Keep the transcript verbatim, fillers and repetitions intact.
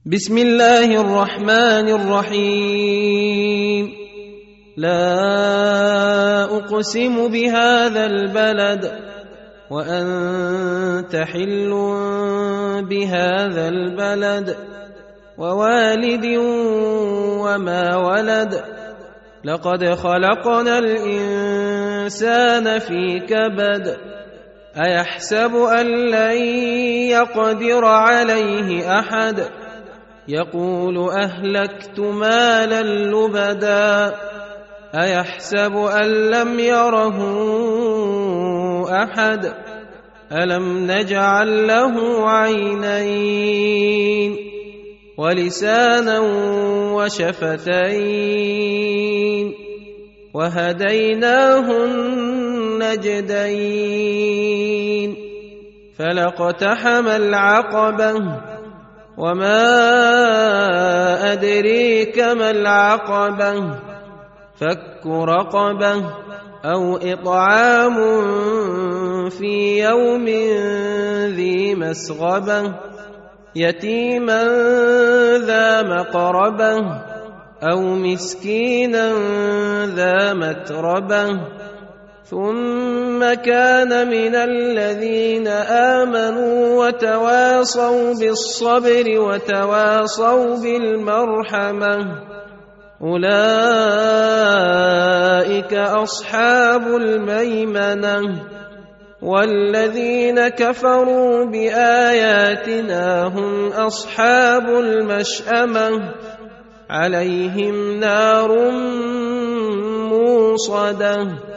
بسم الله الرحمن الرحيم. لا أقسم بهذا البلد وأنت حل بهذا البلد ووالد وما ولد لقد خلقنا الإنسان في كبد أيحسب أن لن يقدر عليه أحد يقول أهلكت مالا لبدا أيحسب أن لم يره أحد ألم نجعل له عينين ولسانا وشفتين وهديناه النجدين فلاقتحم العقبة وما أدريك ما العقبة فك رقبة أو إطعام في يوم ذي مسغبة يتيما ذا مقربة أو مسكينا ذا متربة ثم كان من الذين آمنوا وتواصوا بالصبر وتواصوا بالمرحمة أولئك أصحاب الميمنة والذين كفروا بآياتنا هم أصحاب المشأمة عليهم نار موصدة